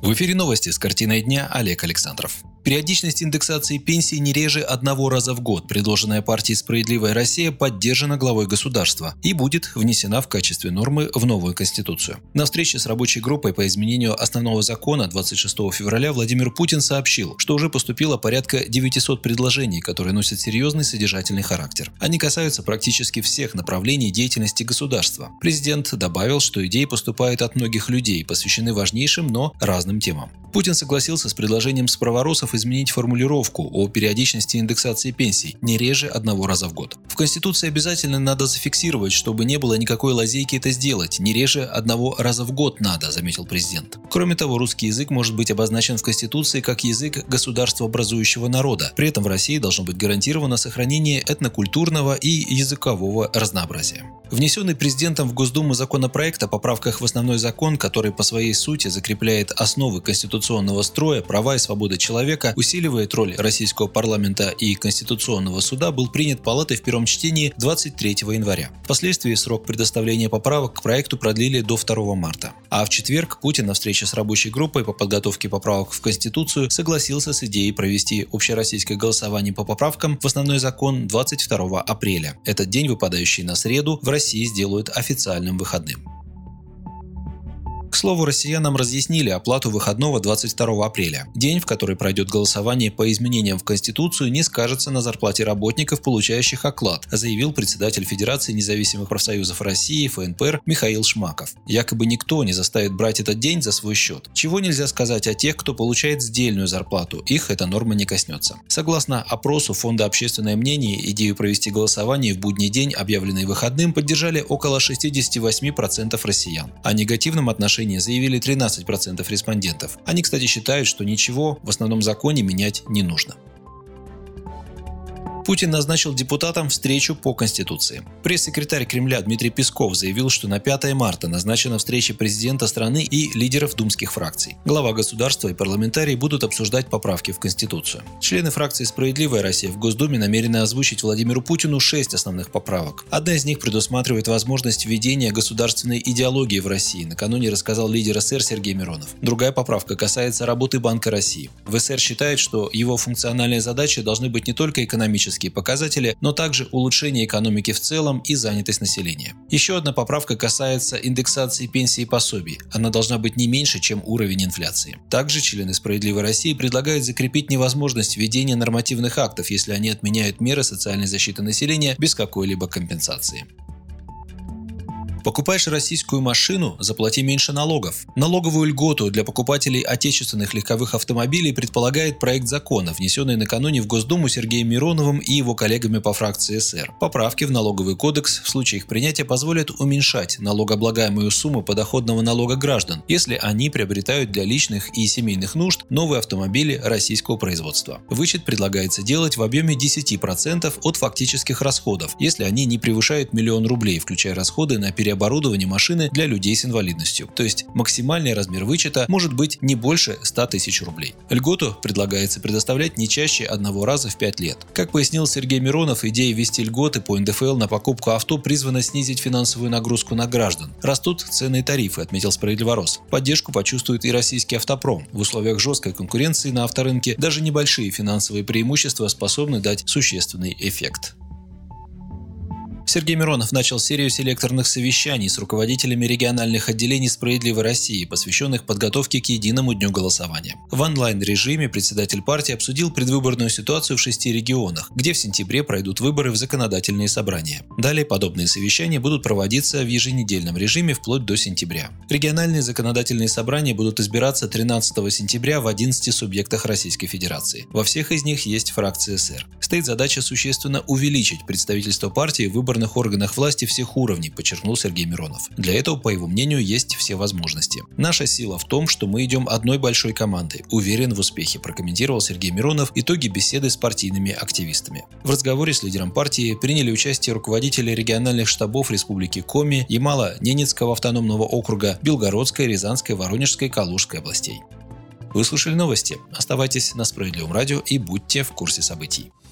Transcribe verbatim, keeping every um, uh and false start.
В эфире новости с картиной дня Олег Александров. Периодичность индексации пенсий не реже одного раза в год, предложенная партией «Справедливая Россия», поддержана главой государства и будет внесена в качестве нормы в новую Конституцию. На встрече с рабочей группой по изменению основного закона двадцать шестого февраля Владимир Путин сообщил, что уже поступило порядка девятисот предложений, которые носят серьезный содержательный характер. Они касаются практически всех направлений деятельности государства. Президент добавил, что идеи поступают от многих людей, посвящены важнейшим, но разным темам. Путин согласился с предложением справоросов изменить формулировку о периодичности индексации пенсий не реже одного раза в год. В Конституции обязательно надо зафиксировать, чтобы не было никакой лазейки это сделать. Не реже одного раза в год надо, заметил президент. Кроме того, русский язык может быть обозначен в Конституции как язык государствообразующего народа. При этом в России должно быть гарантировано сохранение этнокультурного и языкового разнообразия. Внесенный президентом в Госдуму законопроект о поправках в основной закон, который по своей сути закрепляет основы конституционного строя, права и свободы человека, усиливает роль российского парламента и Конституционного суда, был принят Палатой в первом чтении двадцать третьего января. Впоследствии срок предоставления поправок к проекту продлили до второго марта. А в четверг Путин на встрече с рабочей группой по подготовке поправок в Конституцию согласился с идеей провести общероссийское голосование по поправкам в основной закон двадцать второго апреля. Этот день, выпадающий на среду, в России сделают официальным выходным. К слову, россиянам разъяснили оплату выходного двадцать второго апреля. День, в который пройдет голосование по изменениям в Конституцию, не скажется на зарплате работников, получающих оклад, заявил председатель Федерации независимых профсоюзов России эф эн пэ эр Михаил Шмаков. Якобы никто не заставит брать этот день за свой счет. Чего нельзя сказать о тех, кто получает сдельную зарплату, их эта норма не коснется. Согласно опросу Фонда «Общественное мнение», идею провести голосование в будний день, объявленный выходным, поддержали около шестьдесят восемь процентов россиян. О негативном отношении заявили тринадцать процентов респондентов. Они, кстати, считают, что ничего в основном законе менять не нужно. Путин назначил депутатам встречу по Конституции. Пресс-секретарь Кремля Дмитрий Песков заявил, что на пятое марта назначена встреча президента страны и лидеров думских фракций. Глава государства и парламентарии будут обсуждать поправки в Конституцию. Члены фракции «Справедливая Россия» в Госдуме намерены озвучить Владимиру Путину шесть основных поправок. Одна из них предусматривает возможность введения государственной идеологии в России, накануне рассказал лидер эс эс эр Сергей Миронов. Другая поправка касается работы Банка России. вэ эс эс эр считает, что его функциональные задачи должны быть не только экономические показатели, но также улучшение экономики в целом и занятость населения. Еще одна поправка касается индексации пенсий и пособий. Она должна быть не меньше, чем уровень инфляции. Также члены «Справедливой России» предлагают закрепить невозможность введения нормативных актов, если они отменяют меры социальной защиты населения без какой-либо компенсации. Покупаешь российскую машину – заплати меньше налогов. Налоговую льготу для покупателей отечественных легковых автомобилей предполагает проект закона, внесенный накануне в Госдуму Сергеем Мироновым и его коллегами по фракции эс эс эс эр. Поправки в налоговый кодекс в случае их принятия позволят уменьшать налогооблагаемую сумму подоходного налога граждан, если они приобретают для личных и семейных нужд новые автомобили российского производства. Вычет предлагается делать в объеме десять процентов от фактических расходов, если они не превышают миллион рублей, включая расходы на переоборудование оборудование машины для людей с инвалидностью. То есть максимальный размер вычета может быть не больше ста тысяч рублей. Льготу предлагается предоставлять не чаще одного раза в пять лет. Как пояснил Сергей Миронов, идея ввести льготы по эн дэ эф эл на покупку авто призвана снизить финансовую нагрузку на граждан. Растут цены и тарифы, отметил Справедливорос. Поддержку почувствует и российский автопром. В условиях жесткой конкуренции на авторынке даже небольшие финансовые преимущества способны дать существенный эффект. Сергей Миронов начал серию селекторных совещаний с руководителями региональных отделений «Справедливой России», посвященных подготовке к единому дню голосования. В онлайн-режиме председатель партии обсудил предвыборную ситуацию в шести регионах, где в сентябре пройдут выборы в законодательные собрания. Далее подобные совещания будут проводиться в еженедельном режиме вплоть до сентября. Региональные законодательные собрания будут избираться тринадцатого сентября в одиннадцати субъектах Российской Федерации. Во всех из них есть фракция эс эс эс эр. Стоит задача существенно увеличить представительство партии в выборных органах власти всех уровней, подчеркнул Сергей Миронов. Для этого, по его мнению, есть все возможности. Наша сила в том, что мы идем одной большой командой. Уверен в успехе, прокомментировал Сергей Миронов итоги беседы с партийными активистами. В разговоре с лидером партии приняли участие руководители региональных штабов Республики Коми, Ямало-Ненецкого автономного округа, Белгородской, Рязанской, Воронежской, Калужской областей. Вы слушали новости. Оставайтесь на Справедливом радио и будьте в курсе событий.